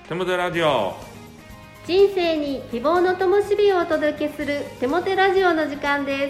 テモテラジオ、 人生に希望の灯火をお届けするテモテラジオの時間です。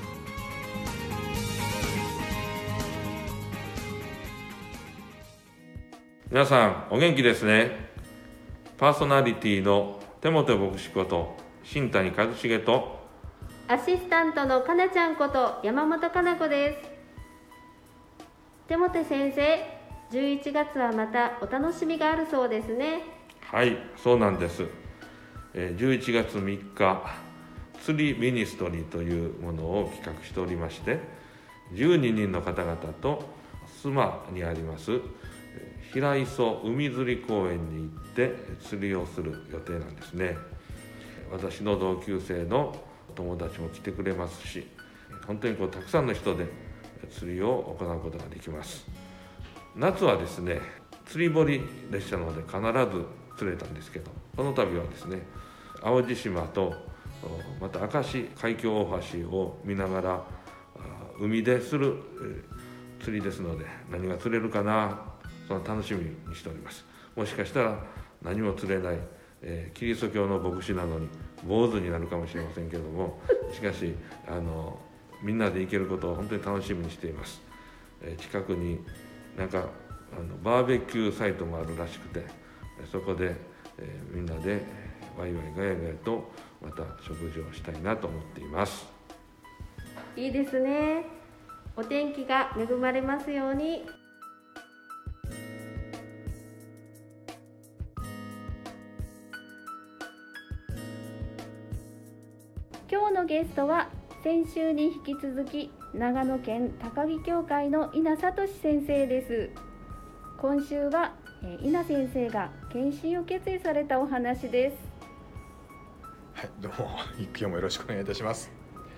皆さんお元気ですね。パーソナリティのテモテ牧師こと新谷一茂と、 アシスタントのかなちゃんこと山本かな子です。テモテ先生、11月はまたお楽しみがあるそうですね。 はい、そうなんです。11月3日釣りミニストリーというものを企画しておりまして、12人の方々と須磨にあります平磯海釣り公園に行って釣りをする予定なんですね。私の同級生の友達も来てくれますし、本当にたくさんの人で釣りを行うことができます。夏はですね、釣り堀列車なので必ず釣れたんですけど、この度はですね、淡路島とまた明石海峡大橋を見ながら海でする釣りですので、何が釣れるかな、その楽しみにしております。もしかしたら何も釣れない、キリスト教の牧師なのに坊主になるかもしれませんけども、しかしみんなで行けることを本当に楽しみにしています。近くになんかバーベキューサイトもあるらしくて、そこで、みんなでワイワイガヤガヤとまた食事をしたいなと思っています。 いいですね。お天気が恵まれますように。今日のゲストは先週に引き続き長野県高木教会の稲聡先生です。今週は稲先生が献身を決意されたお話です。 はい、どうも今日もよろしくお願いいたします。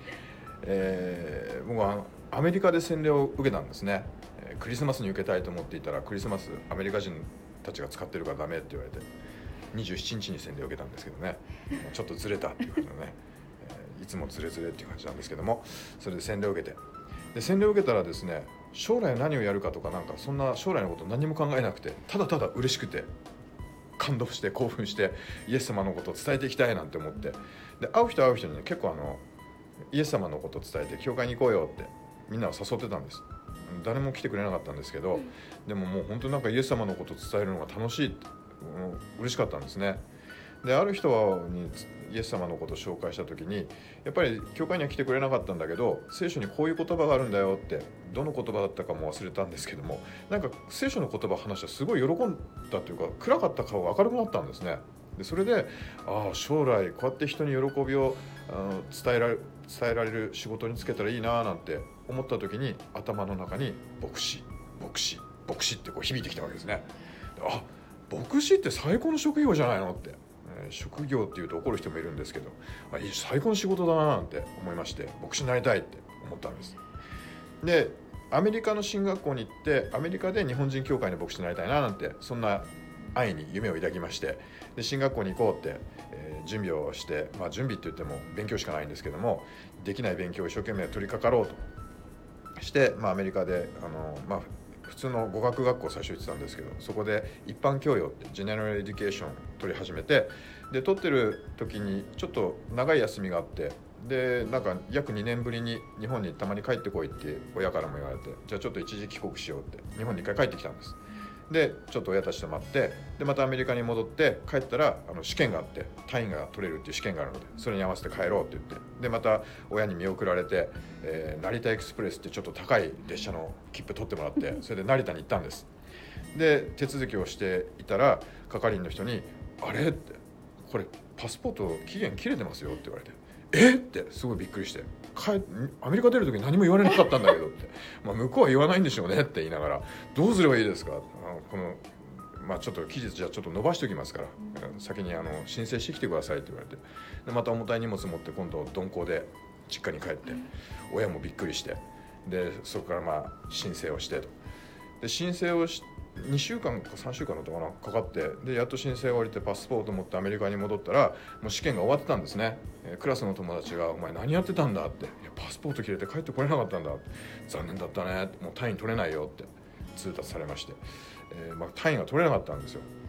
僕はアメリカで洗礼を受けたんですね。クリスマスに受けたいと思っていたら、クリスマスアメリカ人たちが使ってるからダメって言われて、27日に洗礼を受けたんですけどね、ちょっとずれたっていうことでね、いつもずれずれっていう感じなんですけども、それで洗礼を受けて、で洗礼を受けたらですね、将来何をやるかとか、なんかそんな将来のこと何も考えなくて、ただただ嬉しくて感動して興奮して、イエス様のことを伝えていきたいなんて思って、で会う人にね、結構イエス様のことを伝えて教会に行こうよってみんなを誘ってたんです。誰も来てくれなかったんですけど、でももう本当になんかイエス様のことを伝えるのが楽しいって、嬉しかったんですね。である人にイエス様のことを紹介した時に、やっぱり教会には来てくれなかったんだけど、聖書にこういう言葉があるんだよって、どの言葉だったかも忘れたんですけども、なんか聖書の言葉を話したらすごい喜んだというか、暗かった顔が明るくなったんですね。でそれで将来こうやって人に喜びを伝えられる仕事に就けたらいいななんて思った時に、頭の中に牧師って響いてきたわけですね。牧師って最高の職業じゃないのって、職業っていうと怒る人もいるんですけど、最高の仕事だななんて思いまして、牧師になりたいって思ったんです。でアメリカの進学校に行って、アメリカで日本人教会の牧師になりたいななんて、そんな愛に夢を抱きまして、で進学校に行こうって、準備をして、準備って言っても勉強しかないんですけども、できない勉強を一生懸命取り掛かろうとして、アメリカで普通の語学学校最初行ってたんですけど、そこで一般教養ってジェネラルエデュケーション取り始めて、で取ってる時にちょっと長い休みがあって、でなんか約2年ぶりに日本にたまに帰ってこいって親からも言われて、じゃあちょっと一時帰国しようって日本に一回帰ってきたんです。でちょっと親たちと待って、でまたアメリカに戻って帰ったら試験があって、単位が取れるっていう試験があるので、それに合わせて帰ろうって言って、でまた親に見送られて、成田エクスプレスってちょっと高い列車の切符取ってもらって、それで成田に行ったんです。で手続きをしていたら、係員の人にあれって、これパスポート期限切れてますよって言われて、ってすごいびっくりして、アメリカ出る時何も言われなかったんだけどって、向こうは言わないんでしょうねって言いながら、どうすればいいですか、ちょっと期日じゃちょっと伸ばしておきますから、先に申請してきてくださいって言われて、でまた重たい荷物持って今度鈍行で実家に帰って、親もびっくりして、でそこから申請をしてと、で申請をして2週間か3週間だったかなかかって、でやっと申請が降りてパスポート持ってアメリカに戻ったら、もう試験が終わってたんですね。クラスの友達がお前何やってたんだって、いやパスポート切れて帰ってこれなかったんだ、残念だったね、もう単位取れないよって通達されまして、単位が取れなかったんですよ。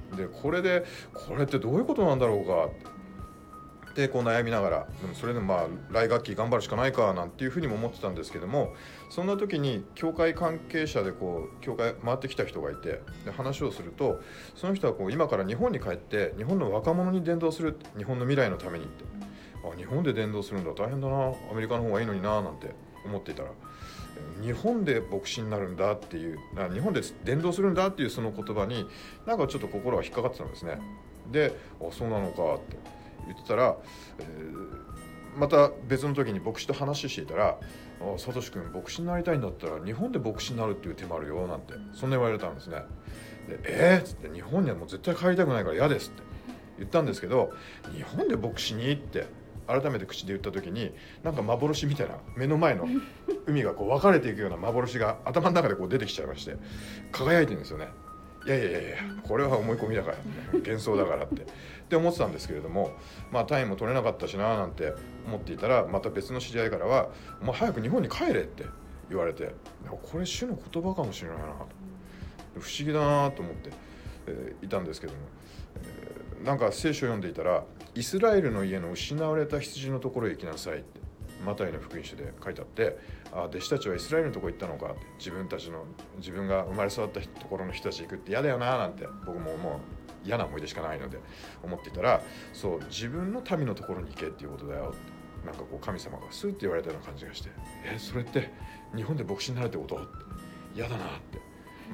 でこれってどういうことなんだろうかってこう悩みながら、でもそれでも来学期頑張るしかないかなんていうふうにも思ってたんですけども、そんな時に教会関係者で教会回ってきた人がいて、で話をすると、その人は今から日本に帰って日本の若者に伝道する、日本の未来のためにって、日本で伝道するんだ、大変だな、アメリカの方がいいのにななんて思っていたら、日本で牧師になるんだっていう、日本で伝道するんだっていうその言葉になんかちょっと心が引っかかってたんですね。で、そうなのかって言ってたら、また別の時に牧師と話していたら、サトシ君牧師になりたいんだったら日本で牧師になるっていう手もあるよなんて、そんな言われたんですね。で、っつって、日本にはもう絶対帰りたくないから嫌ですって言ったんですけど、日本で牧師にって改めて口で言った時に、なんか幻みたいな、目の前の海が分かれていくような幻が頭の中で出てきちゃいまして、輝いてるんですよね。いやこれは思い込みだから、幻想だからって思ってたんですけれども、単位も取れなかったしななんて思っていたら、また別の知り合いからは早く日本に帰れって言われて、これ主の言葉かもしれないなと、不思議だなと思って、いたんですけども、なんか聖書を読んでいたら、イスラエルの家の失われた羊のところへ行きなさいってマタイの福音書で書いてあって、弟子たちはイスラエルのところ行ったのかって、自分が生まれ育ったところの人たち行くって嫌だよななんて、僕ももう嫌な思い出しかないので思っていたら、そう、自分の民のところに行けっていうことだよって、なんか神様がスーって言われたような感じがして、それって日本で牧師になるってことって嫌だなって、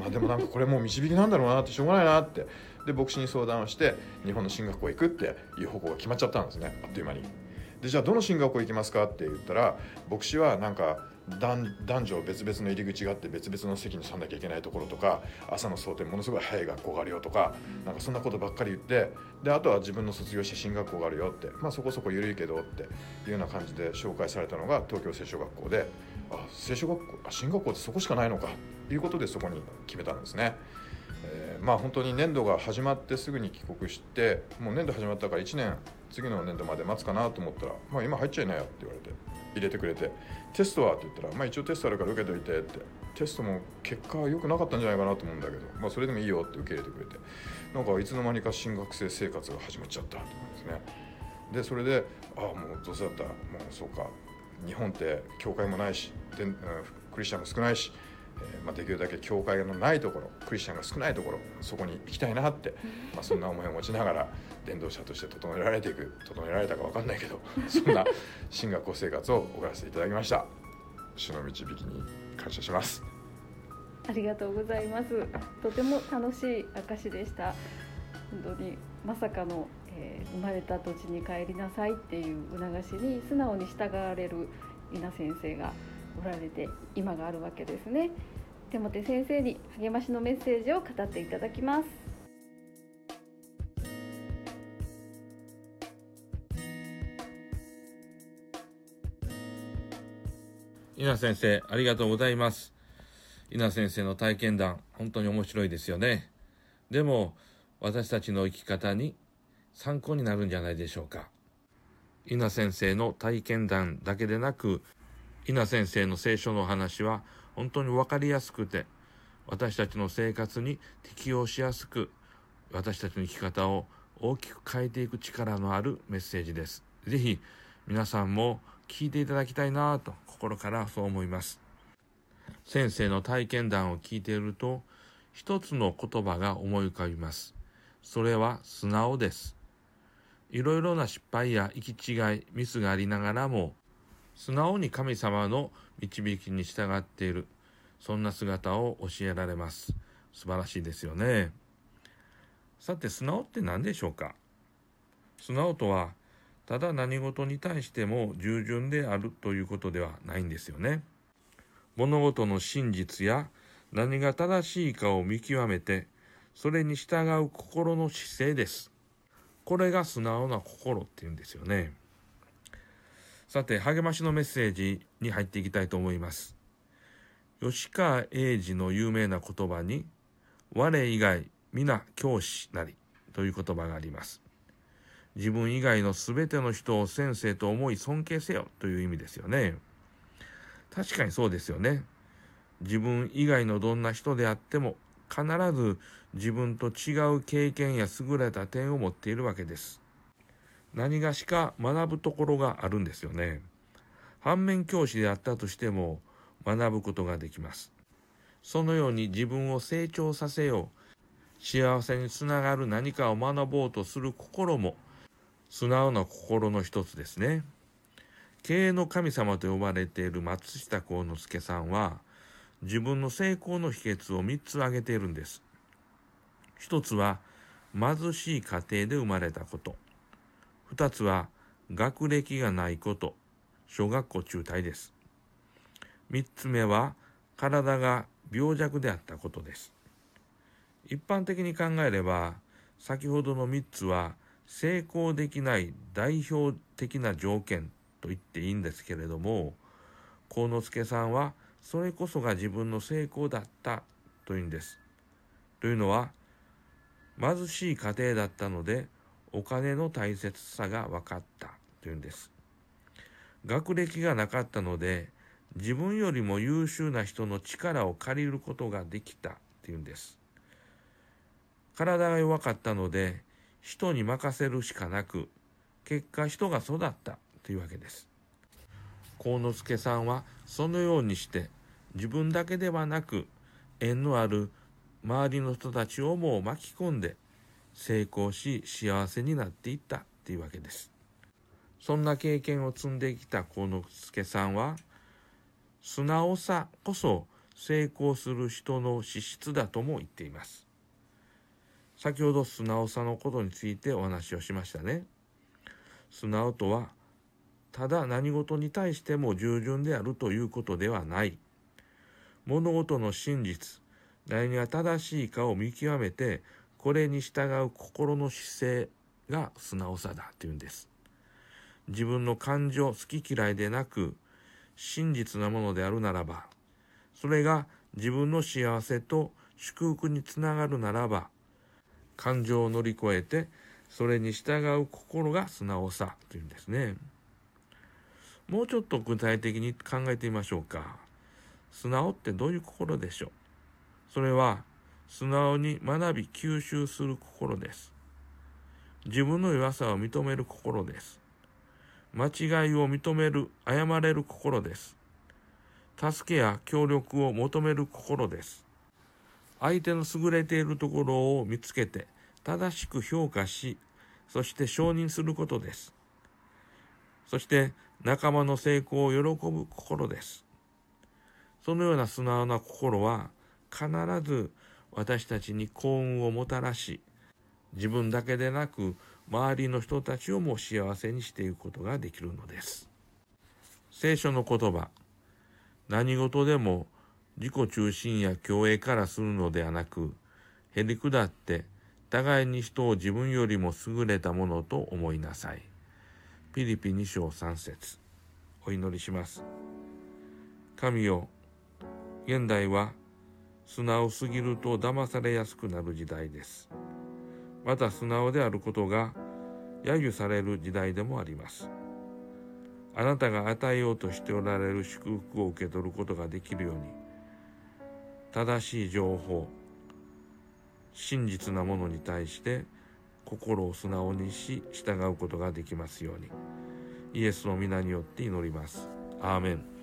でもなんかこれもう導きなんだろうなって、しょうがないなって、で牧師に相談をして日本の進学校行くっていう方向が決まっちゃったんですね、あっという間に。で、じゃあどの進学校行きますかって言ったら、牧師はなんか男女別々の入り口があって別々の席に座んなきゃいけないところとか、朝の早点ものすごい早い学校があるよとか、なんかそんなことばっかり言って、であとは自分の卒業した進学校があるよって、そこそこ緩いけどっていうような感じで紹介されたのが東京聖書学校で、進学校ってそこしかないのかということでそこに決めたんですね。本当に年度が始まってすぐに帰国して、もう年度始まったから1年次の年度まで待つかなと思ったら、今入っちゃいなよって言われて入れてくれて、テストはって言ったら、一応テストあるから受けといてって、テストも結果は良くなかったんじゃないかなと思うんだけど、それでもいいよって受け入れてくれて、なんかいつの間にか新学生生活が始まっちゃったと思うんですね。でそれでもうどうせだったらもうそうか、日本って教会もないし、クリスチャンも少ないし、できるだけ教会のないところ、クリスチャンが少ないところ、そこに行きたいなって、そんな思いを持ちながら伝道者として整えられたか分かんないけど、そんな進学校生活を送らせていただきました。主の導きに感謝します。 ありがとうございます。とても楽しい証でした。本当にまさかの、生まれた土地に帰りなさいっていう促しに素直に従われる稲先生がおられて、今があるわけですね。テモテ先生に励ましのメッセージを語っていただきます。 稲先生、ありがとうございます。稲先生の体験談、本当に面白いですよね。でも私たちの生き方に参考になるんじゃないでしょうか。稲先生の体験談だけでなく、稲先生の聖書の話は本当に分かりやすくて、私たちの生活に適応しやすく、私たちの生き方を大きく変えていく力のあるメッセージです。ぜひ皆さんも聞いていただきたいなと心からそう思います。先生の体験談を聞いていると、一つの言葉が思い浮かびます。それは素直です。いろいろな失敗や行き違い、ミスがありながらも、素直に神様の導きに従っている、そんな姿を教えられます。素晴らしいですよね。さて、素直って何でしょうか。素直とは、ただ何事に対しても従順であるということではないんですよね。物事の真実や何が正しいかを見極めて、それに従う心の姿勢です。これが素直な心っていうんですよね。さて、励ましのメッセージに入っていきたいと思います。吉川英治の有名な言葉に、我以外皆教師なりという言葉があります。自分以外のすべての人を先生と思い尊敬せよという意味ですよね。確かにそうですよね。自分以外のどんな人であっても必ず自分と違う経験や優れた点を持っているわけです。何がしか学ぶところがあるんですよね。反面教師であったとしても学ぶことができます。そのように自分を成長させよう、幸せにつながる何かを学ぼうとする心も素直な心の一つですね。経営の神様と呼ばれている松下幸之助さんは、自分の成功の秘訣を3つ挙げているんです。1つは貧しい家庭で生まれたこと。2つは学歴がないこと、小学校中退です。3つ目は体が病弱であったことです。一般的に考えれば、先ほどの3つは成功できない代表的な条件と言っていいんですけれども、幸之助さんはそれこそが自分の成功だったというんです。というのは、貧しい家庭だったのでお金の大切さが分かったというんです。学歴がなかったので自分よりも優秀な人の力を借りることができたというんです。体が弱かったので人に任せるしかなく、結果人が育ったというわけです。幸之助さんはそのようにして自分だけではなく縁のある周りの人たちをも巻き込んで成功し幸せになっていったというわけです。そんな経験を積んできた幸之助さんは、素直さこそ成功する人の資質だとも言っています。先ほど素直さのことについてお話をしましたね。素直とはただ何事に対しても従順であるということではない。物事の真実、何が正しいかを見極めてこれに従う心の姿勢が素直さだというんです。自分の感情、好き嫌いでなく真実なものであるならば、それが自分の幸せと祝福につながるならば、感情を乗り越えてそれに従う心が素直さというんですね。もうちょっと具体的に考えてみましょうか。素直ってどういう心でしょう。それは素直に学び吸収する心です。自分の弱さを認める心です。間違いを認める、謝れる心です。助けや協力を求める心です。相手の優れているところを見つけて正しく評価し、そして承認することです。そして仲間の成功を喜ぶ心です。そのような素直な心は必ず私たちに幸運をもたらし、自分だけでなく周りの人たちをも幸せにしていくことができるのです。聖書の言葉、何事でも自己中心や共栄からするのではなく、へりくだって互いに人を自分よりも優れたものと思いなさい。ピリピ2章3節。お祈りします。神よ、現代は素直すぎると騙されやすくなる時代です。また素直であることが揶揄される時代でもあります。あなたが与えようとしておられる祝福を受け取ることができるように、正しい情報、真実なものに対して心を素直にし従うことができますように、イエスの皆によって祈ります。アーメン。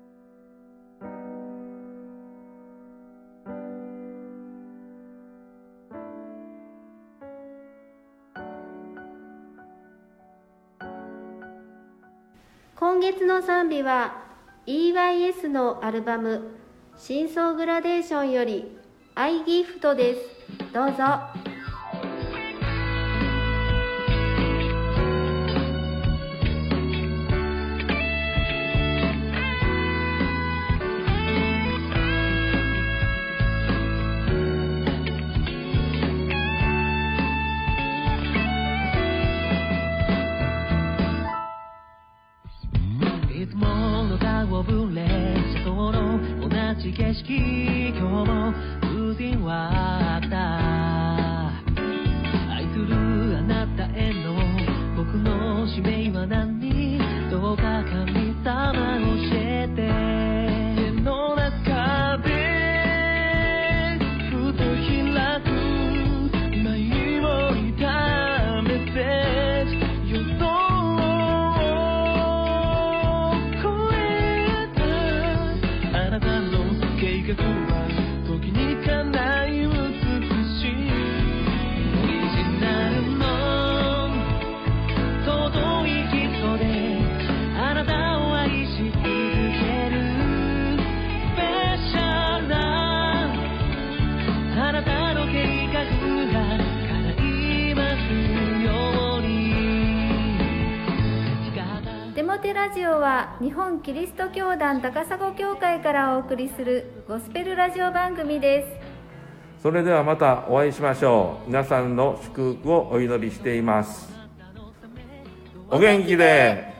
今月の賛美は EYS のアルバム真相グラデーションよりアイギフトです。どうぞ。 景色今日も風神はあった。愛するあなたへの僕の使命は何、どうか神様教えて。手の中でふと曲は時にかない美しいオリジナルの尊い基礎であなたを愛し続けるスペシャルなあなたの計画が叶いますように。 デモテラジオは日本キリスト教団高砂教会からお送りするゴスペルラジオ番組です。 それではまたお会いしましょう。皆さんの祝福をお祈りしています。お元気で。